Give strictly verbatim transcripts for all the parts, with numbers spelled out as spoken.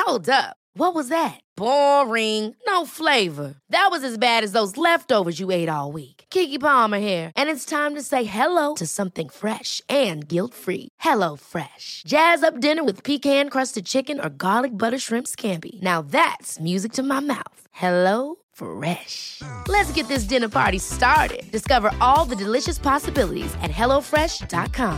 Hold up. What was that? Boring. No flavor. That was as bad as those leftovers you ate all week. Keke Palmer here, and it's time to say hello to something fresh and guilt-free. Hello Fresh. Jazz up dinner with pecan-crusted chicken or garlic butter shrimp scampi. Now that's music to my mouth. Hello Fresh. Let's get this dinner party started. Discover all the delicious possibilities at hello fresh dot com.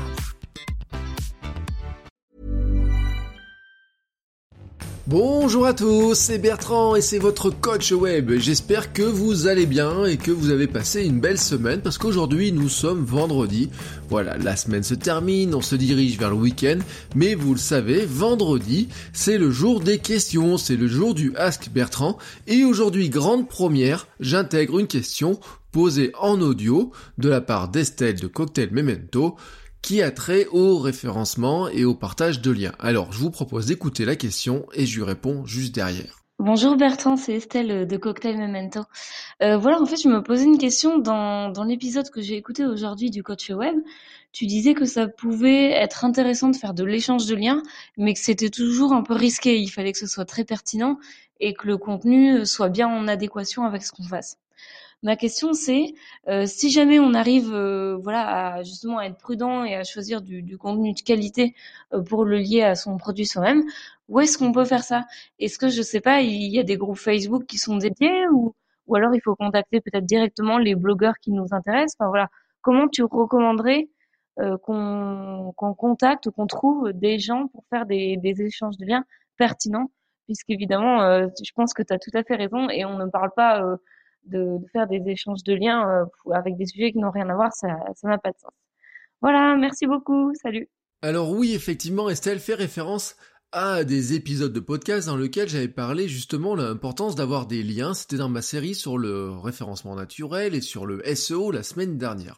Bonjour à tous, c'est Bertrand et c'est votre coach web. J'espère que vous allez bien et que vous avez passé une belle semaine parce qu'aujourd'hui nous sommes vendredi. Voilà, la semaine se termine, on se dirige vers le week-end, mais vous le savez, vendredi, c'est le jour des questions, c'est le jour du Ask Bertrand et aujourd'hui, grande première, j'intègre une question posée en audio de la part d'Estelle de Cocktail Memento, qui a trait au référencement et au partage de liens. Alors, je vous propose d'écouter la question et je lui réponds juste derrière. Bonjour Bertrand, c'est Estelle de Cocktail Memento. Euh, voilà, en fait, je me posais une question dans, dans l'épisode que j'ai écouté aujourd'hui du Coach Web. Tu disais que ça pouvait être intéressant de faire de l'échange de liens, mais que c'était toujours un peu risqué. Il fallait que ce soit très pertinent et que le contenu soit bien en adéquation avec ce qu'on fasse. Ma question c'est, euh, si jamais on arrive euh, voilà, à justement à être prudent et à choisir du, du contenu de qualité euh, pour le lier à son produit soi-même, où est-ce qu'on peut faire ça? Est-ce que, je sais pas, il y a des groupes Facebook qui sont dédiés ou, ou alors il faut contacter peut-être directement les blogueurs qui nous intéressent? Enfin voilà, comment tu recommanderais euh, qu'on, qu'on contacte ou qu'on trouve des gens pour faire des, des échanges de liens pertinents? Puisqu'évidemment, euh, je pense que tu as tout à fait raison et on ne parle pas... Euh, De, de faire des échanges de liens euh, avec des sujets qui n'ont rien à voir, ça ça n'a pas de sens. Voilà, merci beaucoup, salut. Alors oui, effectivement, Estelle fait référence à des épisodes de podcast dans lesquels j'avais parlé justement de l'importance d'avoir des liens. C'était dans ma série sur le référencement naturel et sur le S E O la semaine dernière.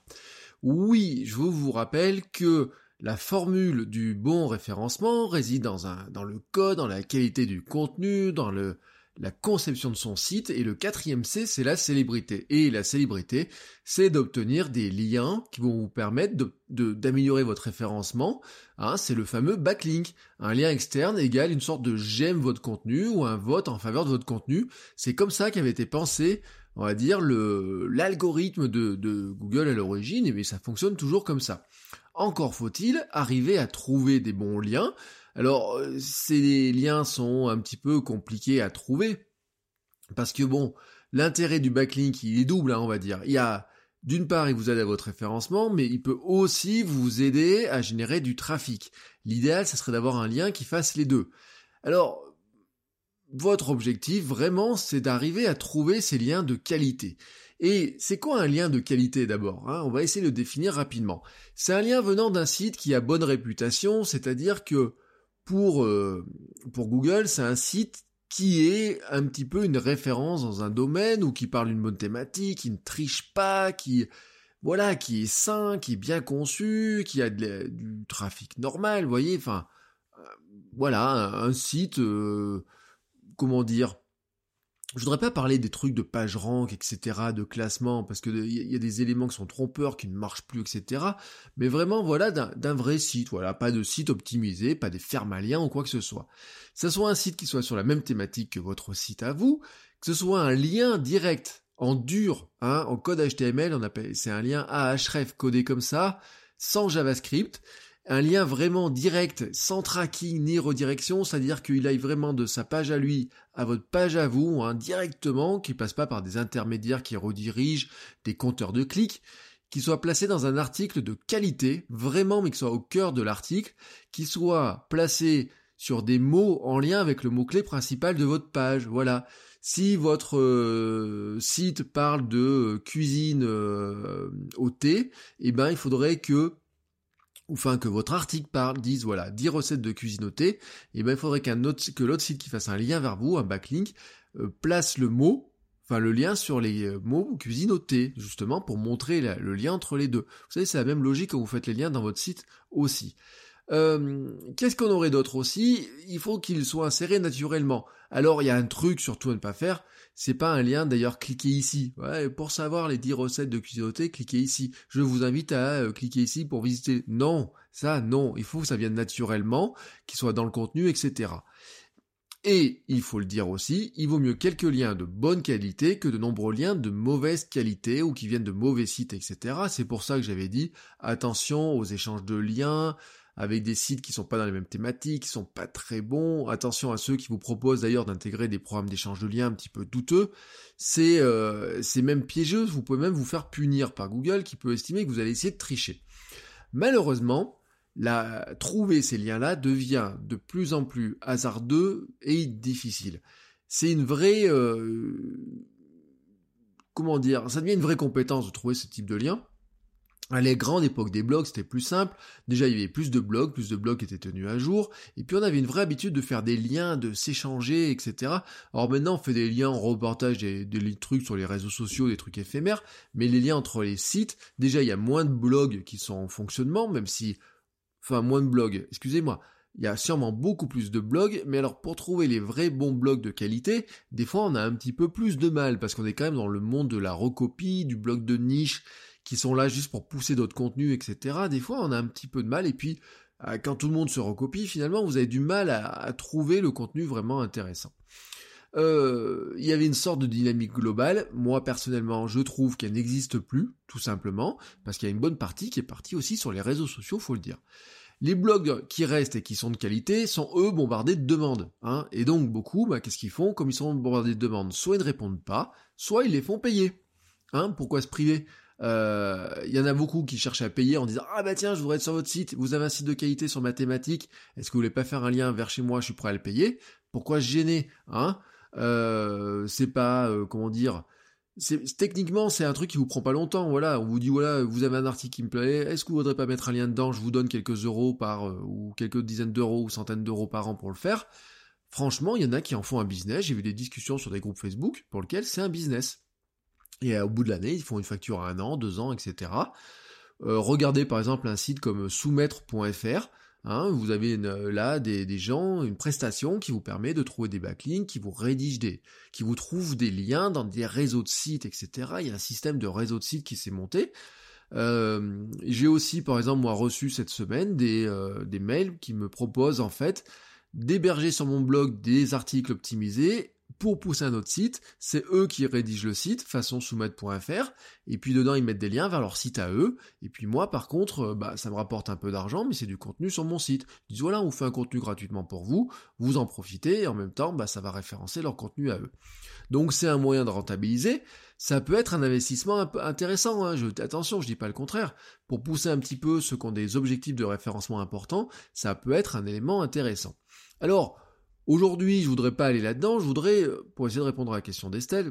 Oui, je vous rappelle que la formule du bon référencement réside dans un, dans le code, dans la qualité du contenu, dans le la conception de son site, et le quatrième C, c'est la célébrité. Et la célébrité, c'est d'obtenir des liens qui vont vous permettre de, de, d'améliorer votre référencement. Hein, c'est le fameux backlink. Un lien externe égale une sorte de j'aime votre contenu ou un vote en faveur de votre contenu. C'est comme ça qu'avait été pensé, on va dire, le, l'algorithme de, de Google à l'origine, et bien ça fonctionne toujours comme ça. Encore faut-il arriver à trouver des bons liens. Alors, ces liens sont un petit peu compliqués à trouver, parce que bon, l'intérêt du backlink, il est double, hein, on va dire. Il y a, d'une part, il vous aide à votre référencement, mais il peut aussi vous aider à générer du trafic. L'idéal, ça serait d'avoir un lien qui fasse les deux. Alors, votre objectif, vraiment, c'est d'arriver à trouver ces liens de qualité. Et c'est quoi un lien de qualité d'abord, hein ? On va essayer de le définir rapidement. C'est un lien venant d'un site qui a bonne réputation, c'est-à-dire que Pour, euh, pour Google, c'est un site qui est un petit peu une référence dans un domaine ou qui parle d'une bonne thématique, qui ne triche pas, qui, voilà, qui est sain, qui est bien conçu, qui a de, du trafic normal, vous voyez, enfin, euh, voilà, un, un site, euh, comment dire, je voudrais pas parler des trucs de page rank, et cetera, de classement, parce que il y a des éléments qui sont trompeurs, qui ne marchent plus, et cetera. Mais vraiment, voilà, d'un, d'un vrai site, voilà, pas de site optimisé, pas des fermes à liens ou quoi que ce soit. Que ce soit un site qui soit sur la même thématique que votre site à vous, que ce soit un lien direct, en dur, hein, en code H T M L, on appelle, c'est un lien Ahref codé comme ça, sans JavaScript, un lien vraiment direct, sans tracking ni redirection, c'est-à-dire qu'il aille vraiment de sa page à lui à votre page à vous, hein, directement, qui passe pas par des intermédiaires qui redirigent, des compteurs de clics, qui soit placé dans un article de qualité, vraiment, mais qui soit au cœur de l'article, qui soit placé sur des mots en lien avec le mot-clé principal de votre page, voilà. Si votre euh, site parle de cuisine euh, au thé, eh ben, il faudrait que ou enfin que votre article parle, dise voilà, dix recettes de cuisine au thé, et ben il faudrait qu'un autre, que l'autre site qui fasse un lien vers vous, un backlink, euh, place le mot, enfin le lien sur les mots cuisine au thé, justement pour montrer la, le lien entre les deux. Vous savez, c'est la même logique quand vous faites les liens dans votre site aussi. Euh, qu'est-ce qu'on aurait d'autre aussi ? Il faut qu'il soit inséré naturellement. Alors il y a un truc surtout à ne pas faire, c'est pas un lien d'ailleurs, cliquez ici. Ouais, pour savoir les dix recettes de cuisine au thé, cliquez ici. Je vous invite à euh, cliquer ici pour visiter. Non, ça non, il faut que ça vienne naturellement, qu'il soit dans le contenu, et cetera. Et, il faut le dire aussi, il vaut mieux quelques liens de bonne qualité que de nombreux liens de mauvaise qualité ou qui viennent de mauvais sites, et cetera. C'est pour ça que j'avais dit, attention aux échanges de liens avec des sites qui sont pas dans les mêmes thématiques, qui sont pas très bons. Attention à ceux qui vous proposent d'ailleurs d'intégrer des programmes d'échange de liens un petit peu douteux. C'est, euh, c'est même piégeux, vous pouvez même vous faire punir par Google qui peut estimer que vous allez essayer de tricher. Malheureusement, La, trouver ces liens-là devient de plus en plus hasardeux et difficile. C'est une vraie... Euh, comment dire, ça devient une vraie compétence de trouver ce type de lien. À la grande époque des blogs, c'était plus simple. Déjà, il y avait plus de blogs, plus de blogs étaient tenus à jour. Et puis, on avait une vraie habitude de faire des liens, de s'échanger, et cetera. Alors maintenant, on fait des liens, on repartage des, des trucs sur les réseaux sociaux, des trucs éphémères. Mais les liens entre les sites, déjà, il y a moins de blogs qui sont en fonctionnement, même si... Enfin, moins de blogs, excusez-moi. Il y a sûrement beaucoup plus de blogs, mais alors pour trouver les vrais bons blogs de qualité, des fois on a un petit peu plus de mal, parce qu'on est quand même dans le monde de la recopie, du blog de niche, qui sont là juste pour pousser d'autres contenus, et cetera. Des fois on a un petit peu de mal, et puis quand tout le monde se recopie, finalement vous avez du mal à, à trouver le contenu vraiment intéressant. Euh, il y avait une sorte de dynamique globale. Moi personnellement je trouve qu'elle n'existe plus, tout simplement, parce qu'il y a une bonne partie qui est partie aussi sur les réseaux sociaux, faut le dire. Les blogs qui restent et qui sont de qualité sont eux bombardés de demandes, hein, et donc beaucoup, bah, qu'est-ce qu'ils font? Comme ils sont bombardés de demandes, soit ils ne répondent pas, soit ils les font payer. Hein, pourquoi se priver? Euh, il y en a beaucoup qui cherchent à payer en disant « Ah bah tiens, je voudrais être sur votre site, vous avez un site de qualité sur ma thématique, est-ce que vous voulez pas faire un lien vers chez moi, je suis prêt à le payer ?» Pourquoi se gêner, hein? Euh, c'est pas, euh, comment dire... C'est, techniquement, c'est un truc qui vous prend pas longtemps, voilà, on vous dit, voilà, vous avez un article qui me plaît, est-ce que vous voudrez pas mettre un lien dedans, je vous donne quelques euros par, euh, ou quelques dizaines d'euros ou centaines d'euros par an pour le faire. Franchement, il y en a qui en font un business, j'ai vu des discussions sur des groupes Facebook pour lesquels c'est un business. Et euh, au bout de l'année, ils font une facture à un an, deux ans, et cetera. Euh, regardez par exemple un site comme soumettre point f r, hein, vous avez une, là des, des gens, une prestation qui vous permet de trouver des backlinks, qui vous rédige des, qui vous trouve des liens dans des réseaux de sites, et cetera. Il y a un système de réseau de sites qui s'est monté. Euh, j'ai aussi, par exemple, moi reçu cette semaine des, euh, des mails qui me proposent en fait d'héberger sur mon blog des articles optimisés pour pousser un autre site. C'est eux qui rédigent le site, façon soumettre point f r, et puis dedans ils mettent des liens vers leur site à eux, et puis moi par contre, bah ça me rapporte un peu d'argent, mais c'est du contenu sur mon site. Ils disent voilà, on fait un contenu gratuitement pour vous, vous en profitez, et en même temps, bah ça va référencer leur contenu à eux. Donc c'est un moyen de rentabiliser, ça peut être un investissement un peu intéressant, hein. Je, attention, je dis pas le contraire, pour pousser un petit peu ceux qui ont des objectifs de référencement importants, ça peut être un élément intéressant. Alors, aujourd'hui, je voudrais pas aller là-dedans, je voudrais, pour essayer de répondre à la question d'Estelle,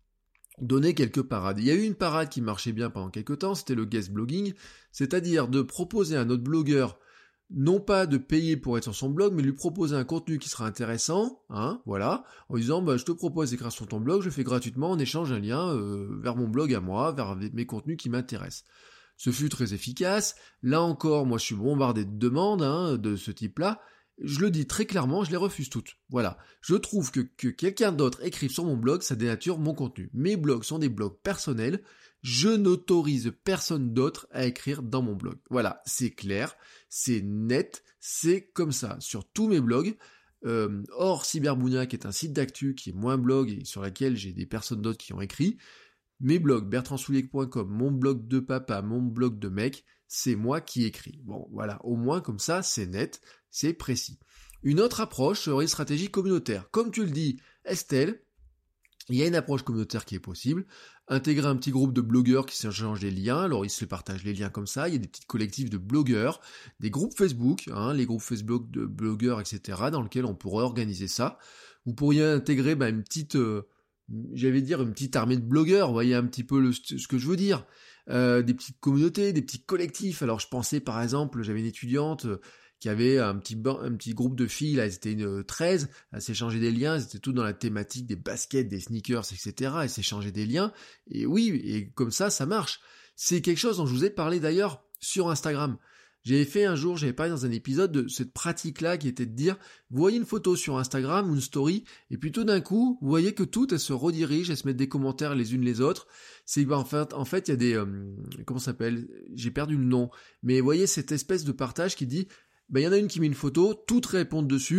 donner quelques parades. Il y a eu une parade qui marchait bien pendant quelques temps, c'était le guest blogging, c'est-à-dire de proposer à un autre blogueur, non pas de payer pour être sur son blog, mais lui proposer un contenu qui sera intéressant, hein, voilà, en disant, bah, je te propose d'écrire sur ton blog, je fais gratuitement en échange un lien euh, vers mon blog à moi, vers mes contenus qui m'intéressent. Ce fut très efficace, là encore, moi je suis bombardé de demandes hein, de ce type-là. Je le dis très clairement, je les refuse toutes. Voilà. Je trouve que, que quelqu'un d'autre écrive sur mon blog, ça dénature mon contenu. Mes blogs sont des blogs personnels. Je n'autorise personne d'autre à écrire dans mon blog. Voilà. C'est clair, c'est net, c'est comme ça. Sur tous mes blogs, euh, hors Cyberbounia, qui est un site d'actu, qui est moins blog et sur lequel j'ai des personnes d'autres qui ont écrit, mes blogs, bertrand soulier point com, mon blog de papa, mon blog de mec, c'est moi qui écris. Bon, voilà. Au moins, comme ça, c'est net. C'est précis. Une autre approche serait une stratégie communautaire. Comme tu le dis, Estelle, il y a une approche communautaire qui est possible. Intégrer un petit groupe de blogueurs qui s'échangent des liens. Alors, ils se partagent les liens comme ça. Il y a des petits collectifs de blogueurs, des groupes Facebook, hein, les groupes Facebook de blogueurs, et cetera, dans lesquels on pourrait organiser ça. Vous pourriez intégrer bah, une petite, euh, j'allais dire, une petite armée de blogueurs. Vous voyez un petit peu le, ce que je veux dire. Euh, des petites communautés, des petits collectifs. Alors, je pensais, par exemple, j'avais une étudiante euh, qui avait un petit, un petit groupe de filles, là, elles étaient une treize, elles s'échangeaient des liens, elles étaient toutes dans la thématique des baskets, des sneakers, et cetera, elles s'échangeaient des liens, et oui, et comme ça, ça marche. C'est quelque chose dont je vous ai parlé d'ailleurs sur Instagram. J'avais fait un jour, j'avais parlé dans un épisode de cette pratique-là qui était de dire, vous voyez une photo sur Instagram ou une story, et puis tout d'un coup, vous voyez que toutes, elles se redirigent, elles se mettent des commentaires les unes les autres. C'est en fait, en fait, il y a des, euh, comment ça s'appelle, j'ai perdu le nom, mais vous voyez cette espèce de partage qui dit, ben, il y en a une qui met une photo, toutes répondent dessus,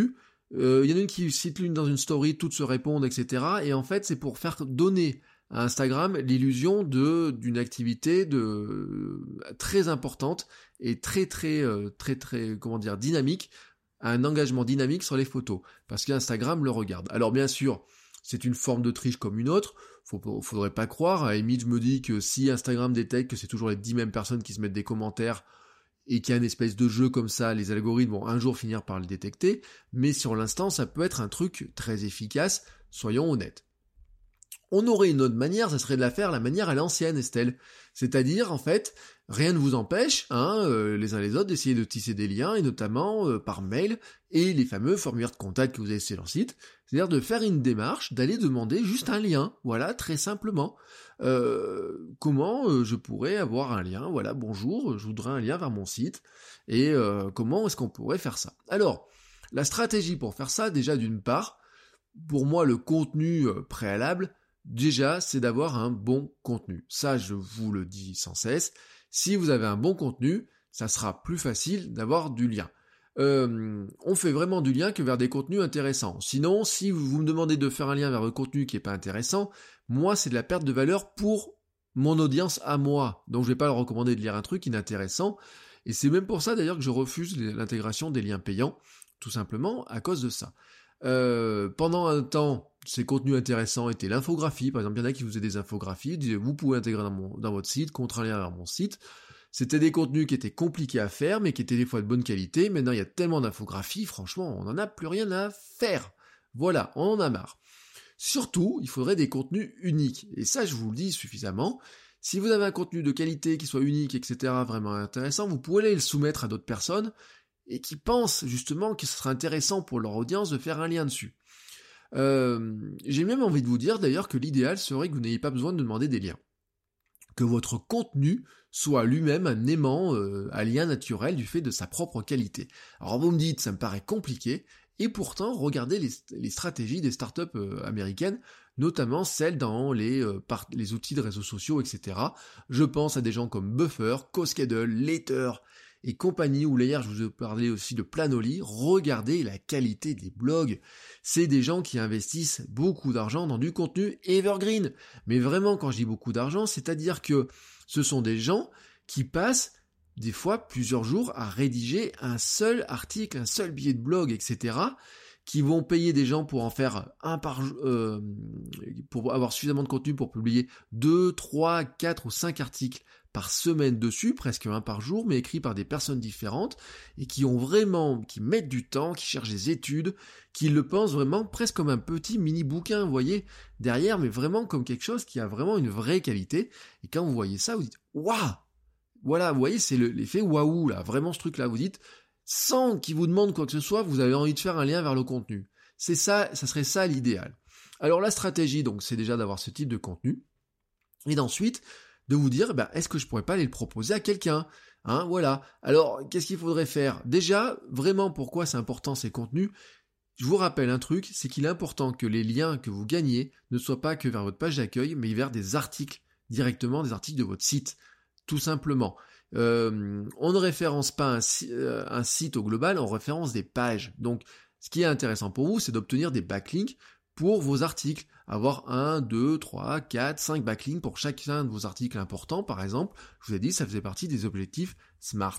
il euh, y en a une qui cite l'une dans une story, toutes se répondent, et cetera. Et en fait, c'est pour faire donner à Instagram l'illusion de d'une activité de euh, très importante et très très euh, très très comment dire dynamique, un engagement dynamique sur les photos, parce qu'Instagram le regarde. Alors bien sûr, c'est une forme de triche comme une autre. Faut, faudrait pas croire. À la limite, je me dis que si Instagram détecte que c'est toujours les dix mêmes personnes qui se mettent des commentaires et qu'il y a une espèce de jeu comme ça, les algorithmes vont un jour finir par le détecter, mais sur l'instant, ça peut être un truc très efficace, soyons honnêtes. On aurait une autre manière, ça serait de la faire la manière à l'ancienne, Estelle. C'est-à-dire, en fait, rien ne vous empêche, hein, euh, les uns les autres, d'essayer de tisser des liens, et notamment euh, par mail, et les fameux formulaires de contact que vous avez sur leur site, c'est-à-dire de faire une démarche, d'aller demander juste un lien, voilà, très simplement. Euh, comment euh, je pourrais avoir un lien, voilà, bonjour, je voudrais un lien vers mon site, et euh, comment est-ce qu'on pourrait faire ça? Alors, la stratégie pour faire ça, déjà d'une part, pour moi le contenu euh, préalable, déjà c'est d'avoir un bon contenu. Ça je vous le dis sans cesse, si vous avez un bon contenu, ça sera plus facile d'avoir du lien. Euh, on fait vraiment du lien que vers des contenus intéressants. Sinon, si vous me demandez de faire un lien vers un contenu qui n'est pas intéressant, moi, c'est de la perte de valeur pour mon audience à moi. Donc, je vais pas leur recommander de lire un truc inintéressant. Et c'est même pour ça, d'ailleurs, que je refuse l'intégration des liens payants, tout simplement à cause de ça. Euh, pendant un temps, ces contenus intéressants étaient l'infographie. Par exemple, il y en a qui faisaient des infographies, disaient, vous pouvez intégrer dans, mon, dans votre site, contre un lien vers mon site. C'était des contenus qui étaient compliqués à faire, mais qui étaient des fois de bonne qualité. Maintenant, il y a tellement d'infographies, franchement, on n'en a plus rien à faire. Voilà, on en a marre. Surtout, il faudrait des contenus uniques. Et ça, je vous le dis suffisamment. Si vous avez un contenu de qualité qui soit unique, et cetera, vraiment intéressant, vous pouvez aller le soumettre à d'autres personnes et qui pensent justement que ce serait intéressant pour leur audience de faire un lien dessus. Euh, j'ai même envie de vous dire d'ailleurs que l'idéal serait que vous n'ayez pas besoin de demander des liens. Que votre contenu soit lui-même un aimant, euh, un lien naturel du fait de sa propre qualité. Alors vous me dites, ça me paraît compliqué, et pourtant, regardez les, les stratégies des startups euh, américaines, notamment celles dans les, euh, par, les outils de réseaux sociaux, et cetera. Je pense à des gens comme Buffer, CoSchedule, Later et compagnie, ou hier je vous ai parlé aussi de Planoly. Regardez la qualité des blogs. C'est des gens qui investissent beaucoup d'argent dans du contenu evergreen. Mais vraiment, quand je dis beaucoup d'argent, c'est-à-dire que ce sont des gens qui passent des fois plusieurs jours à rédiger un seul article, un seul billet de blog, et cetera, qui vont payer des gens pour en faire un par euh, pour avoir suffisamment de contenu pour publier deux, trois, quatre ou cinq articles par semaine dessus, presque un par jour, mais écrits par des personnes différentes, et qui ont vraiment, qui mettent du temps, qui cherchent des études, qui le pensent vraiment presque comme un petit mini-bouquin, vous voyez, derrière, mais vraiment comme quelque chose qui a vraiment une vraie qualité, et quand vous voyez ça, vous dites « Waouh !» Voilà, vous voyez, c'est le, l'effet waouh, là, vraiment ce truc-là, vous dites, sans qu'ils vous demandent quoi que ce soit, vous avez envie de faire un lien vers le contenu. C'est ça, ça serait ça l'idéal. Alors la stratégie, donc, c'est déjà d'avoir ce type de contenu, et d'ensuite, de vous dire, ben, est-ce que je pourrais pas aller le proposer à quelqu'un, hein, voilà. Alors, qu'est-ce qu'il faudrait faire? Déjà, vraiment, pourquoi c'est important ces contenus? Je vous rappelle un truc, c'est qu'il est important que les liens que vous gagnez ne soient pas que vers votre page d'accueil, mais vers des articles, directement des articles de votre site. Tout simplement. Euh, on ne référence pas un, euh, un site au global, on référence des pages. Donc, ce qui est intéressant pour vous, c'est d'obtenir des backlinks pour vos articles. Avoir un, deux, trois, quatre, cinq backlinks pour chacun de vos articles importants, par exemple. Je vous ai dit, ça faisait partie des objectifs SMART.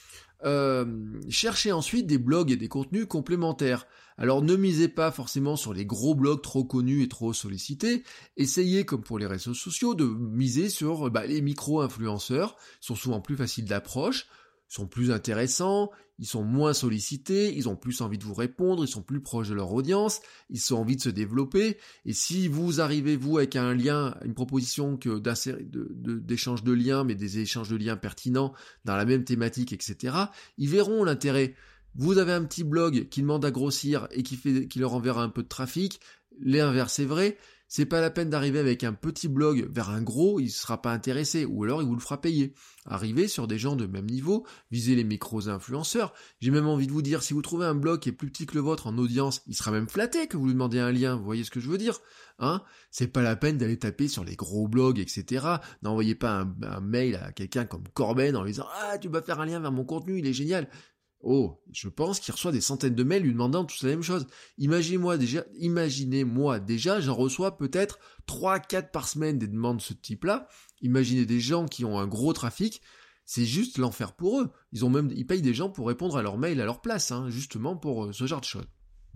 Euh, cherchez ensuite des blogs et des contenus complémentaires. Alors ne misez pas forcément sur les gros blogs trop connus et trop sollicités. Essayez, comme pour les réseaux sociaux, de miser sur bah, les micro-influenceurs. Ils sont souvent plus faciles d'approche, sont plus intéressants, ils sont moins sollicités, ils ont plus envie de vous répondre, ils sont plus proches de leur audience, ils ont envie de se développer. Et si vous arrivez, vous, avec un lien, une proposition que de, de, d'échange de liens, mais des échanges de liens pertinents dans la même thématique, et cetera, ils verront l'intérêt. Vous avez un petit blog qui demande à grossir et qui, fait, qui leur enverra un peu de trafic, l'inverse est vrai. C'est pas la peine d'arriver avec un petit blog vers un gros, il sera pas intéressé, ou alors il vous le fera payer. Arrivez sur des gens de même niveau, visez les micros-influenceurs. J'ai même envie de vous dire, si vous trouvez un blog qui est plus petit que le vôtre en audience, il sera même flatté que vous lui demandiez un lien, vous voyez ce que je veux dire, hein? C'est pas la peine d'aller taper sur les gros blogs, et cetera. N'envoyez pas un, un mail à quelqu'un comme Corben en lui disant « Ah, tu vas faire un lien vers mon contenu, il est génial !» Oh, je pense qu'il reçoit des centaines de mails lui demandant tous la même chose. Imaginez-moi déjà, imaginez-moi déjà, j'en reçois peut-être trois quatre par semaine des demandes de ce type-là. Imaginez des gens qui ont un gros trafic, c'est juste l'enfer pour eux. Ils ont même, ils payent des gens pour répondre à leurs mails à leur place, hein, justement pour ce genre de choses.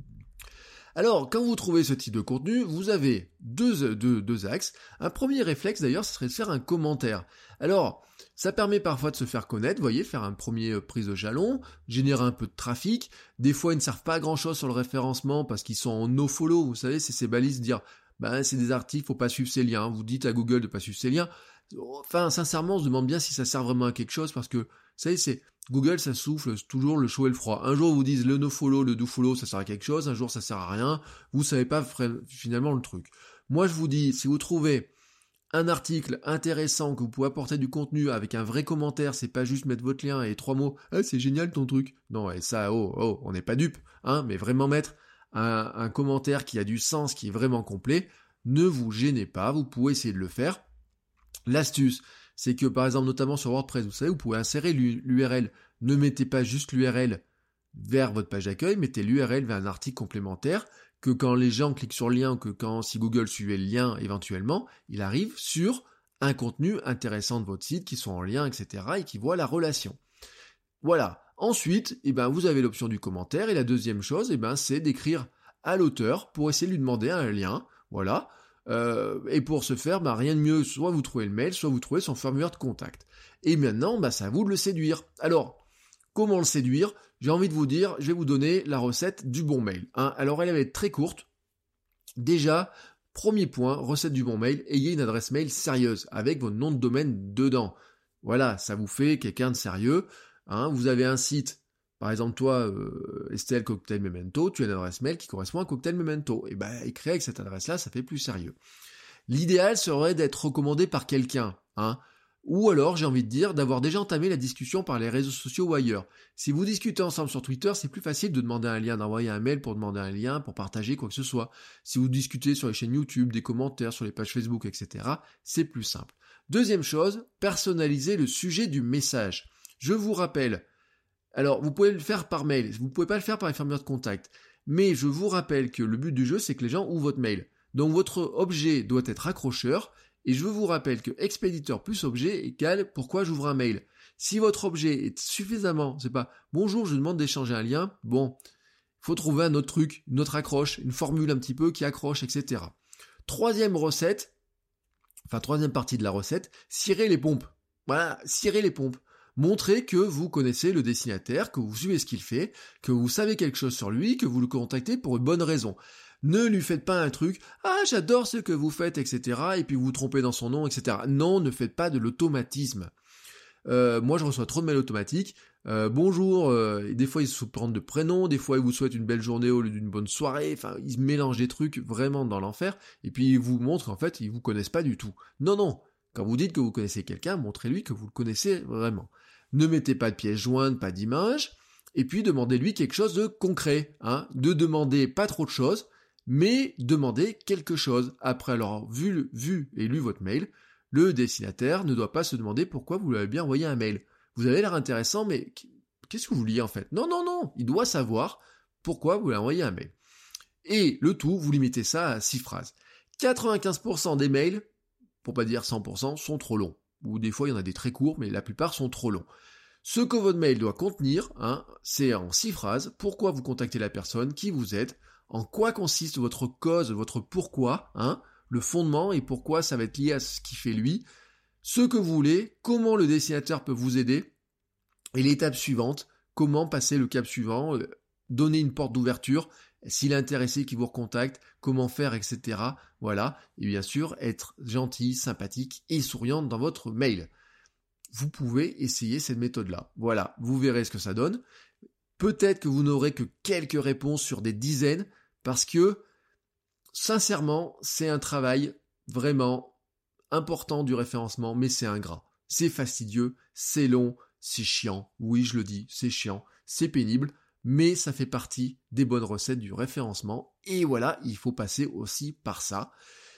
Alors, quand vous trouvez ce type de contenu, vous avez deux, deux, deux axes. Un premier réflexe, d'ailleurs, ce serait de faire un commentaire. Alors, ça permet parfois de se faire connaître, vous voyez, faire un premier prise de jalon, générer un peu de trafic. Des fois, ils ne servent pas à grand-chose sur le référencement parce qu'ils sont en no-follow, vous savez, c'est ces balises de dire « ben c'est des articles, faut pas suivre ces liens ». Vous dites à Google de pas suivre ces liens. Enfin, sincèrement, on se demande bien si ça sert vraiment à quelque chose parce que, vous savez, c'est... Google, ça souffle toujours le chaud et le froid. Un jour, ils vous disent le no-follow, le do-follow, ça sert à quelque chose. Un jour, ça sert à rien. Vous savez pas finalement le truc. Moi, je vous dis, si vous trouvez un article intéressant que vous pouvez apporter du contenu avec un vrai commentaire, c'est pas juste mettre votre lien et trois mots. Ah, c'est génial ton truc. Non, et ça, oh, oh, on n'est pas dupe, hein. Mais vraiment mettre un, un commentaire qui a du sens, qui est vraiment complet. Ne vous gênez pas. Vous pouvez essayer de le faire. L'astuce, c'est que par exemple, notamment sur WordPress, vous savez, vous pouvez insérer l'U R L. Ne mettez pas juste l'U R L vers votre page d'accueil, mettez l'U R L vers un article complémentaire que quand les gens cliquent sur le lien, ou que quand, si Google suivait le lien éventuellement, il arrive sur un contenu intéressant de votre site qui sont en lien, et cetera et qui voit la relation. Voilà. Ensuite, eh ben, vous avez l'option du commentaire et la deuxième chose, eh ben, c'est d'écrire à l'auteur pour essayer de lui demander un lien. Voilà. Euh, et pour ce faire, bah, rien de mieux, soit vous trouvez le mail, soit vous trouvez son formulaire de contact. Et maintenant, bah, c'est à vous de le séduire. Alors, comment le séduire ? J'ai envie de vous dire, je vais vous donner la recette du bon mail. Hein. Alors, elle va être très courte. Déjà, premier point, recette du bon mail, ayez une adresse mail sérieuse, avec votre nom de domaine dedans. Voilà, ça vous fait quelqu'un de sérieux. Hein. Vous avez un site. Par exemple, toi, euh, Estelle Cocktail Memento, tu as une adresse mail qui correspond à Cocktail Memento. Et ben, écrire avec cette adresse-là, ça fait plus sérieux. L'idéal serait d'être recommandé par quelqu'un, hein. Ou alors, j'ai envie de dire, d'avoir déjà entamé la discussion par les réseaux sociaux ou ailleurs. Si vous discutez ensemble sur Twitter, c'est plus facile de demander un lien, d'envoyer un mail pour demander un lien, pour partager quoi que ce soit. Si vous discutez sur les chaînes YouTube, des commentaires, sur les pages Facebook, et cetera, c'est plus simple. Deuxième chose, personnaliser le sujet du message. Je vous rappelle, alors, vous pouvez le faire par mail, vous ne pouvez pas le faire par les formulaires de contact, mais je vous rappelle que le but du jeu, c'est que les gens ouvrent votre mail. Donc, votre objet doit être accrocheur, et je vous rappelle que expéditeur plus objet égale pourquoi j'ouvre un mail. Si votre objet est suffisamment, c'est pas « bonjour, je demande d'échanger un lien », bon, il faut trouver un autre truc, une autre accroche, une formule un petit peu qui accroche, et cetera. Troisième recette, enfin troisième partie de la recette, cirer les pompes. Voilà, cirer les pompes. Montrez que vous connaissez le destinataire, que vous suivez ce qu'il fait, que vous savez quelque chose sur lui, que vous le contactez pour une bonne raison. Ne lui faites pas un truc « Ah, j'adore ce que vous faites, et cetera » et puis vous vous trompez dans son nom, et cetera. Non, ne faites pas de l'automatisme. Euh, moi, je reçois trop de mails automatiques. Euh, bonjour, euh, des fois ils se prennent de prénoms, des fois ils vous souhaitent une belle journée au lieu d'une bonne soirée, enfin, ils mélangent des trucs vraiment dans l'enfer, et puis ils vous montrent qu'en fait, ils vous connaissent pas du tout. Non, non, quand vous dites que vous connaissez quelqu'un, montrez-lui que vous le connaissez vraiment. Ne mettez pas de pièces jointes, pas d'image, et puis demandez-lui quelque chose de concret, hein. Ne demandez pas trop de choses, mais demandez quelque chose. Après avoir vu, vu et lu votre mail, le destinataire ne doit pas se demander pourquoi vous lui avez bien envoyé un mail. Vous avez l'air intéressant, mais qu'est-ce que vous vouliez en fait ? Non, non, non, il doit savoir pourquoi vous lui avez envoyé un mail. Et le tout, vous limitez ça à six phrases. quatre-vingt-quinze pour cent des mails, pour pas dire cent pour cent, sont trop longs. Ou des fois il y en a des très courts, mais la plupart sont trop longs. Ce que votre mail doit contenir, hein, c'est en six phrases, pourquoi vous contactez la personne, qui vous êtes, en quoi consiste votre cause, votre pourquoi, hein, le fondement et pourquoi ça va être lié à ce qui fait lui, ce que vous voulez, comment le destinataire peut vous aider, et l'étape suivante, comment passer le cap suivant, euh, donner une porte d'ouverture, s'il est intéressé qui vous recontacte, comment faire, et cetera. Voilà, et bien sûr, être gentil, sympathique et souriante dans votre mail. Vous pouvez essayer cette méthode-là. Voilà, vous verrez ce que ça donne. Peut-être que vous n'aurez que quelques réponses sur des dizaines, parce que, sincèrement, c'est un travail vraiment important du référencement, mais c'est ingrat. C'est fastidieux, c'est long, c'est chiant. Oui, je le dis, c'est chiant, c'est pénible, mais ça fait partie des bonnes recettes du référencement. Et voilà, il faut passer aussi par ça.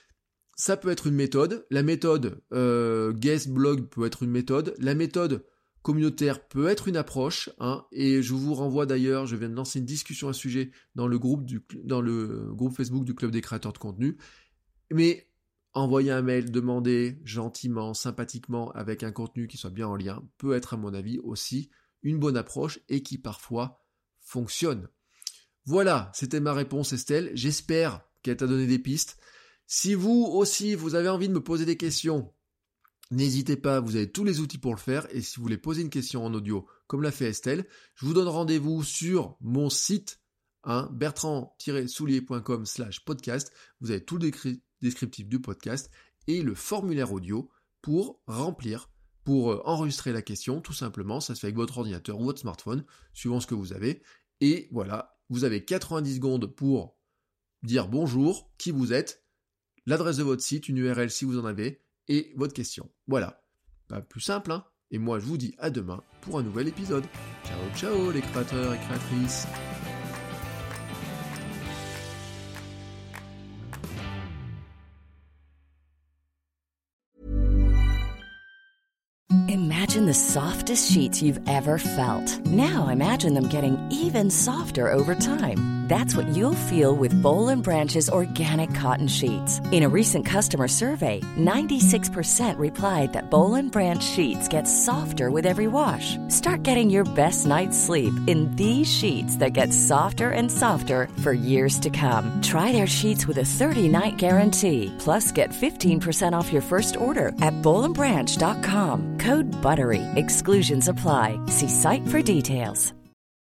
Ça peut être une méthode. La méthode euh, guest blog peut être une méthode. La méthode communautaire peut être une approche, hein, et je vous renvoie d'ailleurs, je viens de lancer une discussion à ce sujet dans le groupe, du, dans le groupe Facebook du Club des créateurs de contenu, mais envoyer un mail, demander gentiment, sympathiquement, avec un contenu qui soit bien en lien, peut être à mon avis aussi une bonne approche et qui parfois fonctionne. Voilà, c'était ma réponse Estelle, j'espère qu'elle t'a donné des pistes. Si vous aussi, vous avez envie de me poser des questions, n'hésitez pas, vous avez tous les outils pour le faire, et si vous voulez poser une question en audio, comme l'a fait Estelle, je vous donne rendez-vous sur mon site, hein, bertrand tiret soulier point com slash podcast, vous avez tout le décri- descriptif du podcast, et le formulaire audio pour remplir, pour enregistrer la question, tout simplement, ça se fait avec votre ordinateur ou votre smartphone, suivant ce que vous avez, et voilà, vous avez quatre-vingt-dix secondes pour dire bonjour, qui vous êtes, l'adresse de votre site, une U R L si vous en avez, et votre question. Voilà. Pas plus simple, hein. Et moi, je vous dis à demain pour un nouvel épisode. Ciao, ciao les créateurs et créatrices. Imagine the softest sheets you've ever felt. Now imagine them getting even softer over time. That's what you'll feel with Boll and Branch's organic cotton sheets. In a recent customer survey, ninety-six percent replied that Boll and Branch sheets get softer with every wash. Start getting your best night's sleep in these sheets that get softer and softer for years to come. Try their sheets with a thirty-night guarantee. Plus, get fifteen percent off your first order at boll and branch dot com. Code BUTTERY. Exclusions apply. See site for details.